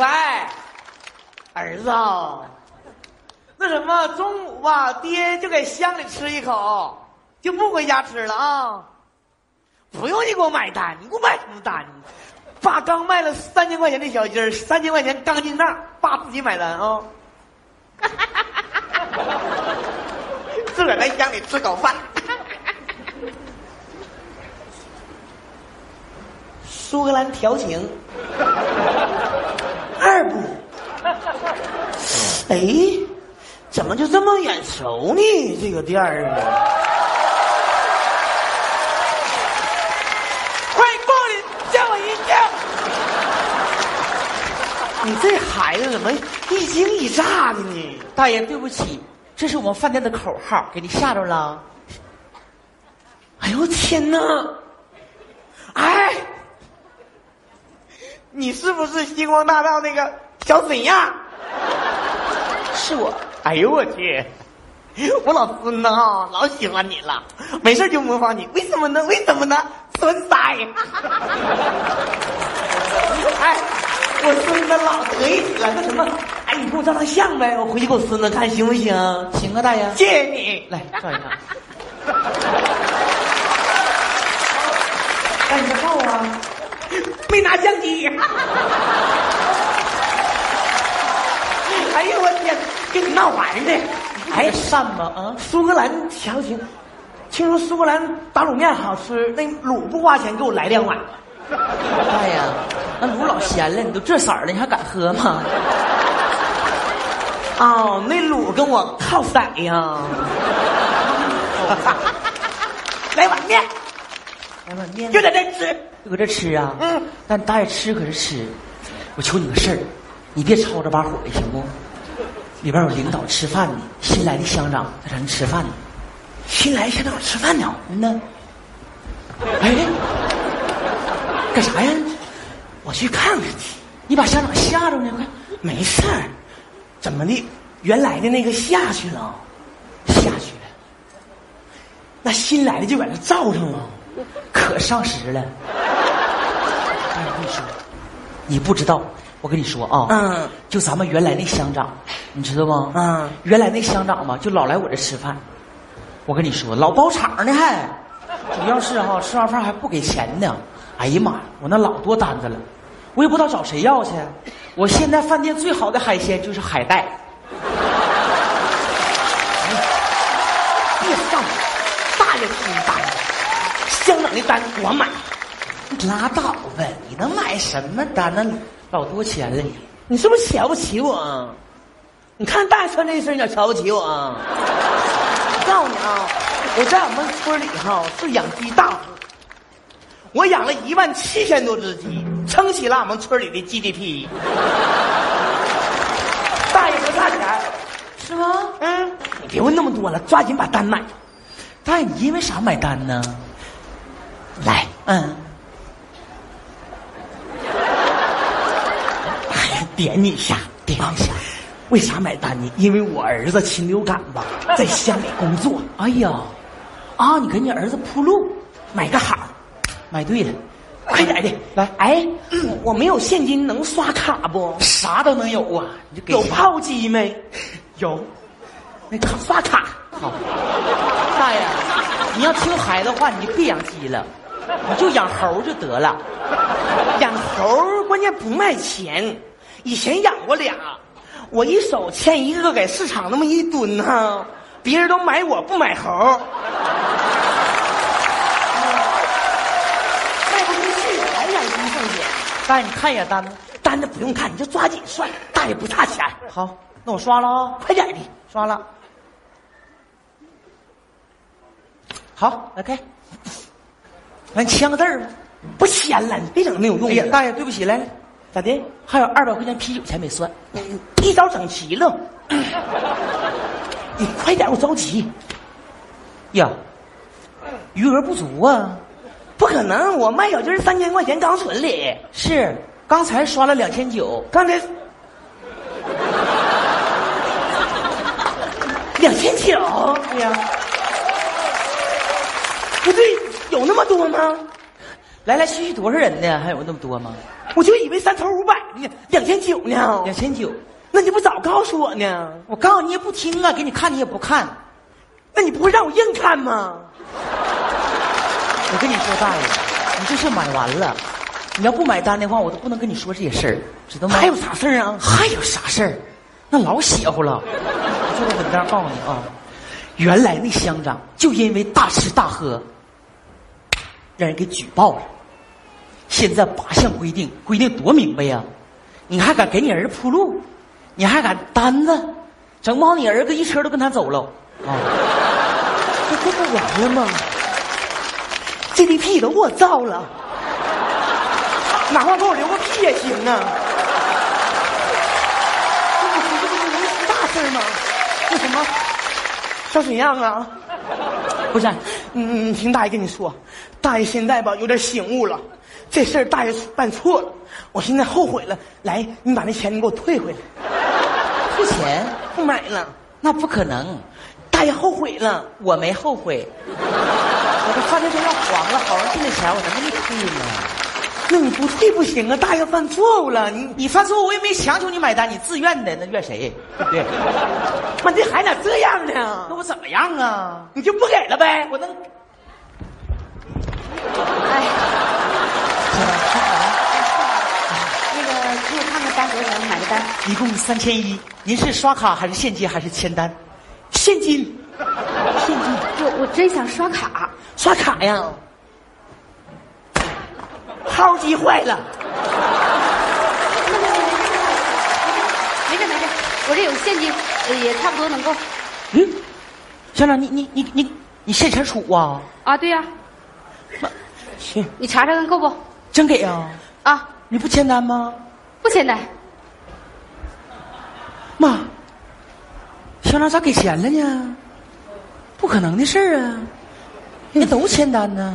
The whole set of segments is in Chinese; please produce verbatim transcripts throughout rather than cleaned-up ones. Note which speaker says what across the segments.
Speaker 1: 快，儿子啊，那什么，中午吧，爹就给乡里吃一口，就不回家吃了啊。不用你给我买单，你给我买什么单？爸刚卖了三千块钱的小鸡儿，三千块钱刚进账，爸自己买单啊。自个儿在乡里吃口饭。苏格兰调情二部，哎，怎么就这么眼熟呢？这个店儿啊！欢迎光临，叫我一叫。你这孩子怎么一惊一乍的呢？
Speaker 2: 大爷，对不起，这是我们饭店的口号，给你吓着了。
Speaker 1: 哎呦天哪！哎，你是不是星光大道那个小沈阳？
Speaker 2: 是我。
Speaker 1: 哎呦我去！我老孙子啊，老喜欢你了，没事就模仿你，为什么呢？为什么呢？孙仔！哎，我孙子老得意了，那什么？哎，你给我照张相呗，我回去给我孙子看行不行？
Speaker 2: 行啊，大爷。
Speaker 1: 谢谢你，
Speaker 2: 来照一下。
Speaker 1: 干什么照啊？没拿相机。哎呦我天，跟你闹玩的。
Speaker 2: 哎，善吗？啊，
Speaker 1: 苏格兰调情，听说苏格兰打卤面好吃，那卤不花钱，给我来两碗。
Speaker 2: 大爷，那卤老咸了，你都这色儿了，你还敢喝吗？
Speaker 1: 哦，那卤跟我靠色呀。来碗面，
Speaker 2: 来碗面，
Speaker 1: 就在这吃，
Speaker 2: 就搁这吃啊？
Speaker 1: 嗯，
Speaker 2: 但大爷吃可是吃，我求你个事儿，你别吵着把火的行不？里边有领导吃饭呢，新来的乡长在咱吃饭呢。
Speaker 1: 新来乡长吃饭呢？
Speaker 2: 嗯呢。
Speaker 1: 哎，干啥呀？我去看看去。
Speaker 2: 你把乡长吓着呢，快！
Speaker 1: 没事儿，怎么的？原来的那个下去了，
Speaker 2: 下去了。
Speaker 1: 那新来的就在这罩上了，
Speaker 2: 可上时了。哎，我跟你说，你不知道。我跟你说啊，
Speaker 1: 嗯，
Speaker 2: 就咱们原来那乡长，你知道吗？
Speaker 1: 嗯，
Speaker 2: 原来那乡长嘛，就老来我这吃饭。我跟你说，老包场呢还，主要是哈、啊，吃完饭还不给钱呢。哎呀妈呀，我那老多单子了，我也不知道找谁要去。我现在饭店最好的海鲜就是海带。
Speaker 1: 哎，别上，大爷出单，乡长的单我买。
Speaker 2: 你拉倒呗，你能买什么单呢？老多钱了你，
Speaker 1: 你是不是瞧不起我？你看大爷穿这身，你咋瞧不起我啊？我告诉你啊，我在我们村里哈是养鸡大户，我养了一万七千多只鸡，撑起了我们村里的 G D P。大爷不差钱，
Speaker 2: 是吗？
Speaker 1: 嗯，你别问那么多了，抓紧把单买。
Speaker 2: 大爷，你因为啥买单呢？
Speaker 1: 来，
Speaker 2: 嗯。
Speaker 1: 点你一下，点你一下。为啥买单呢？因为我儿子禽流感吧，在乡里工作。
Speaker 2: 哎呀，啊，你给你儿子铺路，
Speaker 1: 买个好，
Speaker 2: 买对了，
Speaker 1: 快点的
Speaker 2: 来。
Speaker 1: 哎，嗯、我没有现金，能刷卡不？
Speaker 2: 啥都能有啊，你就给
Speaker 1: 有炮机没？
Speaker 2: 有，
Speaker 1: 那卡刷卡。
Speaker 2: 好，大爷，你要听孩子话，你就别养鸡了，你就养猴就得了。
Speaker 1: 养猴关键不卖钱。以前养过俩，我一手牵一个给市场那么一蹲哈，别人都买我不买猴，卖不出去还养鸡剩钱。
Speaker 2: 大爷，你看一眼单子，
Speaker 1: 单子不用看，你就抓紧算，大爷不差钱。
Speaker 2: 好，那我刷了啊，
Speaker 1: 快点的，
Speaker 2: 刷了。好，来开，来签个字儿吧。
Speaker 1: 不签了，你别整没有用的。
Speaker 2: 哎呀，大爷，对不起，来来。
Speaker 1: 咋的？
Speaker 2: 还有二百块钱啤酒钱没算，
Speaker 1: 嗯，一早整齐了。你快点，我着急。
Speaker 2: 呀，余额不足啊！
Speaker 1: 不可能，我卖小鸡三千块钱刚存里。
Speaker 2: 是，刚才刷了两千九，
Speaker 1: 刚才两千九。
Speaker 2: 对呀，
Speaker 1: 不对，有那么多吗？
Speaker 2: 来来去去多少人呢？还有那么多吗？
Speaker 1: 我就以为三头五百呢，两千九呢。
Speaker 2: 两千九，
Speaker 1: 那你不早告诉我呢？
Speaker 2: 我告诉你也不听啊，给你看你也不看。
Speaker 1: 那你不会让我硬看吗？
Speaker 2: 我跟你说，大爷，你这是买完了，你要不买单的话，我都不能跟你说这些事儿，知道吗？
Speaker 1: 还有啥事儿啊？
Speaker 2: 还有啥事儿？那老邪乎了。我就在稳当告诉你啊，原来那乡长就因为大吃大喝，让人给举报了。现在八项规定，规定多明白呀！你还敢给你儿子铺路？你还敢单子？整不好你儿子一车都跟他走了啊！
Speaker 1: 这这不完了吗 ？G D P 都给我造了，哪怕给我留个屁也行啊！这不这不是能出大事吗？那什么，小沈阳啊？不是，嗯，你听大爷跟你说，大爷现在吧有点醒悟了，这事儿大爷办错了，我现在后悔了。来，你把那钱你给我退回来。
Speaker 2: 退钱？
Speaker 1: 不买了，
Speaker 2: 那不可能。
Speaker 1: 大爷后悔了，
Speaker 2: 我没后悔。我这饭店都要黄了，好容易挣的钱，我能给你退吗？
Speaker 1: 那你不退不行啊！大爷犯错误了，你
Speaker 2: 你犯错误，我也没强求你买单，你自愿的，那怨谁？对不对？
Speaker 1: 妈，这还咋这样呢？
Speaker 2: 那我怎么样啊？
Speaker 1: 你就不给了呗？
Speaker 2: 我能。
Speaker 3: 哎，那个给我看看单多少钱，我买个单。
Speaker 2: 一共三千一。您是刷卡还是现金还是签单？
Speaker 1: 现金。
Speaker 3: 现金，我我真想刷卡。
Speaker 1: 刷卡呀？号机坏了。
Speaker 3: 没事没事，我这有现金，呃也差不多能够。
Speaker 2: 嗯，乡长，你你你你你现钱出啊？
Speaker 3: 啊，对呀、
Speaker 2: 那行，
Speaker 3: 你查查看够不？
Speaker 2: 真给啊？
Speaker 3: 啊，
Speaker 2: 你不签单吗？
Speaker 3: 不签单。
Speaker 2: 妈，乡长咋给钱了呢？不可能的事儿啊！人都签单呢。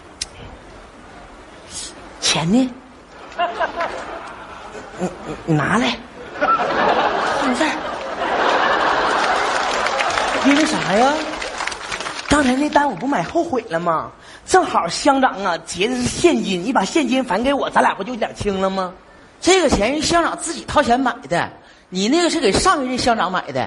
Speaker 1: 钱呢？你你你拿来。没事儿。因为啥呀？刚才那单我不买后悔了吗？正好乡长啊结的是现金，你把现金返给我，咱俩不就两清了吗？
Speaker 2: 这个钱是乡长自己掏钱买的，你那个是给上一任乡长买的。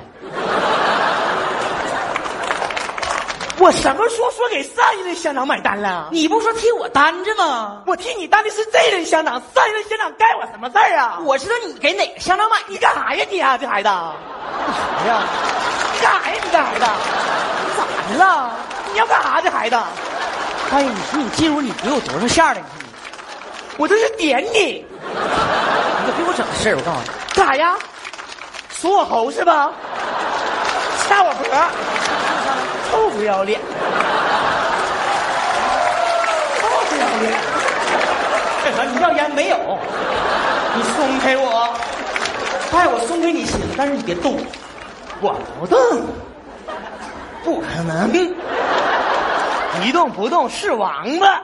Speaker 1: 我什么时候说给上一任乡长买单了？
Speaker 2: 你不说替我担着吗？
Speaker 1: 我替你担的是这任乡长，上一任乡长该我什么事儿啊？
Speaker 2: 我知道你给哪个乡长买
Speaker 1: 你干啥呀你啊，这孩子？干啥呀？你干啥呀你这孩子？你咋的了？你要干啥这孩子？
Speaker 2: 哎呀，你说你进屋你给我多少下了？你看你，
Speaker 1: 我这是点你，
Speaker 2: 你可别给我整事儿！我告诉你，
Speaker 1: 干啥呀？说我猴是吧？掐我脖，臭不要脸，臭不要脸！
Speaker 2: 你要烟没有？
Speaker 1: 你松开我！
Speaker 2: 哎，我松开你行，但是你别动。
Speaker 1: 我不动，不可能，一动不动是王八。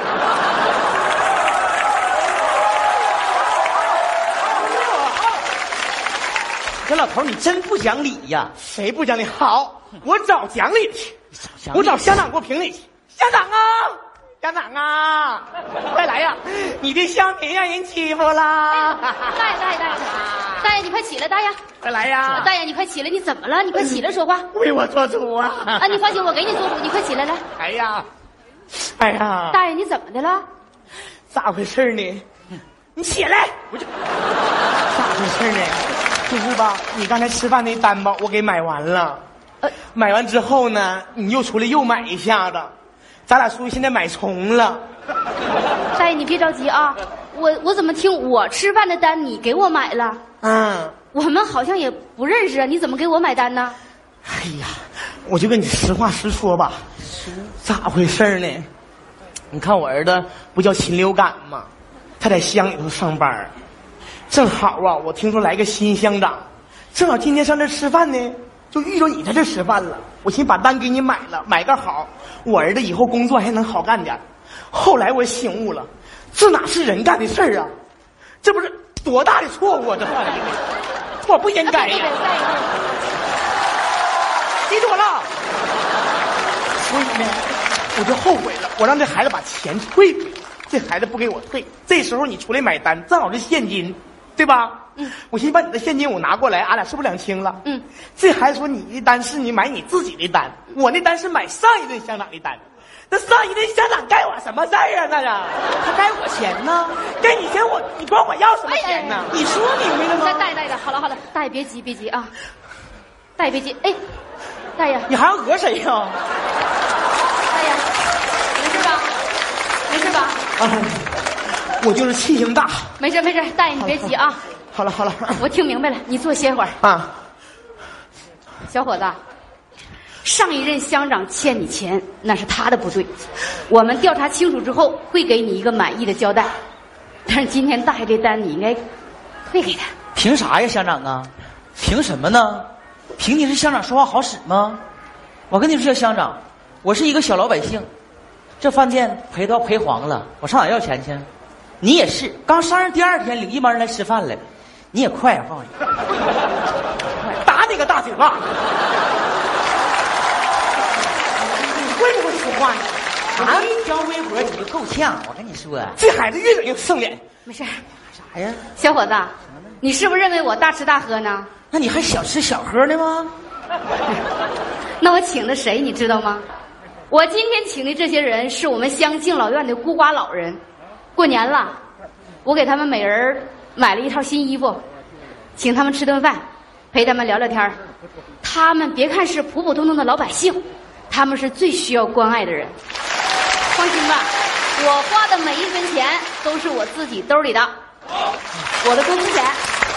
Speaker 2: 这老头你真不讲理呀！
Speaker 1: 谁不讲理？好，我找讲理去，
Speaker 2: 讲理
Speaker 1: 我找乡长给我评理去。乡长啊，乡长啊，快来呀！你的乡民让人欺负啦！
Speaker 3: 大爷大爷大爷，大爷你快起来，大爷！
Speaker 1: 快来呀！
Speaker 3: 大爷你快起来，你怎么了？你快起来说话。
Speaker 1: 为我做主啊！
Speaker 3: 啊，你放心，我给你做主，你快起来来。
Speaker 1: 哎呀，哎呀，
Speaker 3: 大爷你怎么的了？
Speaker 1: 咋回事呢？你起来！我就咋回事呢？就是吧，你刚才吃饭那单吧，我给买完了。
Speaker 3: 呃，
Speaker 1: 买完之后呢，你又出来又买一下子，咱俩属于现在买重了。
Speaker 3: 大爷你别着急啊，我我怎么听我吃饭的单你给我买了？
Speaker 1: 嗯，
Speaker 3: 我们好像也不认识啊，你怎么给我买单呢？
Speaker 1: 哎呀，我就跟你实话实说吧，咋回事呢？你看我儿子不叫禽流感吗？他在乡里头上班，正好啊，我听说来个新乡长，正好今天上这吃饭呢，就遇着你在这吃饭了。我寻把单给你买了，买个好，我儿子以后工作还能好干点。后来我醒悟了，这哪是人干的事儿啊？这不是多大的错误啊！这犯的，我不应该呀、啊！记住我了。所以呢，我就后悔了，我让这孩子把钱退回来。 这孩子不给我退，这时候你出来买单，正好是现金，对吧？嗯，我寻思把你的现金我拿过来，俺俩是不是两清了？
Speaker 3: 嗯，
Speaker 1: 这孩子说你的单是你买你自己的单，我那单是买上一顿乡长的单。那上一顿乡长该我什么事儿啊？那是他该我钱呢？该你钱我，你管我要什么钱呢？
Speaker 3: 哎哎、
Speaker 1: 你说明白了吗？
Speaker 3: 大爷大爷，好了好了，大爷别急别急啊，大爷别急，哎，大爷，
Speaker 1: 你还要讹谁呀、啊？
Speaker 3: 大爷，没事吧？没事吧？
Speaker 1: 啊，我就是气性大。
Speaker 3: 没事没事，大爷你别急啊。
Speaker 1: 好了好了，
Speaker 3: 我听明白了，你坐歇会儿
Speaker 1: 啊。
Speaker 3: 小伙子，上一任乡长欠你钱，那是他的不对，我们调查清楚之后会给你一个满意的交代。但是今天大爷这单你应该退给他。
Speaker 2: 凭啥呀，乡长啊？凭什么呢？凭你是乡长说话好使吗？我跟你说，乡长，我是一个小老百姓，这饭店赔都要赔黄了，我上哪要钱去？你也是，刚上任第二天领一帮人来吃饭来，你也快呀，放我
Speaker 1: 打你个大嘴巴！你会不会说话呢？
Speaker 2: 啊！一条微博你就够呛，我跟你说，
Speaker 1: 这孩子越整越蹭脸。
Speaker 3: 没事，
Speaker 2: 啥呀？
Speaker 3: 小伙子，你是不是认为我大吃大喝呢？
Speaker 2: 那你还小吃小喝呢吗？
Speaker 3: 那我请的谁你知道吗？我今天请的这些人是我们乡敬老院的孤寡老人，过年了，我给他们每人买了一套新衣服，请他们吃顿饭，陪他们聊聊天。他们别看是普普通通的老百姓，他们是最需要关爱的人。放心吧，我花的每一分钱都是我自己兜里的，我的工资钱，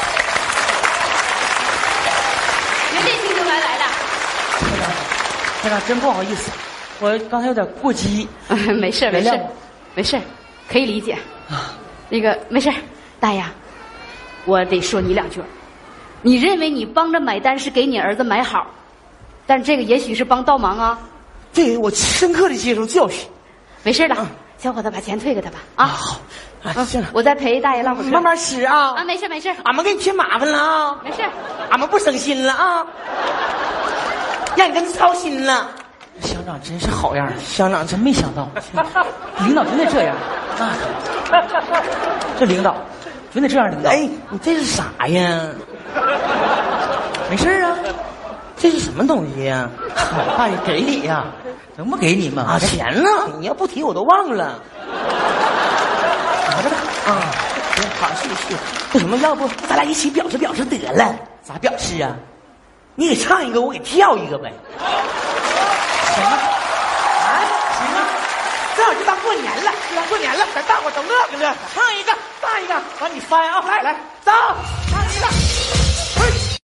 Speaker 3: 绝对清清白白的。
Speaker 2: 乡长，真不好意思，我刚才有点过激。
Speaker 3: 没事没事没事，可以理解。那个没事，大爷，我得说你两句。你认为你帮着买单是给你儿子买好，但这个也许是帮倒忙啊。
Speaker 1: 这个我深刻的接受教训。
Speaker 3: 没事的，小伙子把钱退给他吧。啊，
Speaker 1: 好，啊，行了，
Speaker 3: 我再陪大爷唠会儿嗑。
Speaker 1: 慢慢吃啊。
Speaker 3: 啊，没事没事，
Speaker 1: 俺们给你添麻烦了啊。
Speaker 3: 没事，
Speaker 1: 俺们不省心了啊，让你跟着操心了。
Speaker 2: 乡长真是好样的，
Speaker 1: 乡长
Speaker 2: 真没想到，领导真得这样。那这领导真得这样，领导。
Speaker 1: 哎，你这是啥呀？
Speaker 2: 没事啊，
Speaker 1: 这是什么东西呀？
Speaker 2: 大爷给你呀，能不给你吗？
Speaker 1: 啊，钱呢？你要不提我都忘了。拿着吧。啊，行，好，是是。那什么，要不咱俩一起表示表示得了？
Speaker 2: 咋表示啊？
Speaker 1: 你给唱一个，我给跳一个呗。行啊，啊，行啊，正好就当过年了，就当过年了，咱大伙都乐呵乐呵。唱一个，唱一个，完你翻啊，来来，走，唱一个。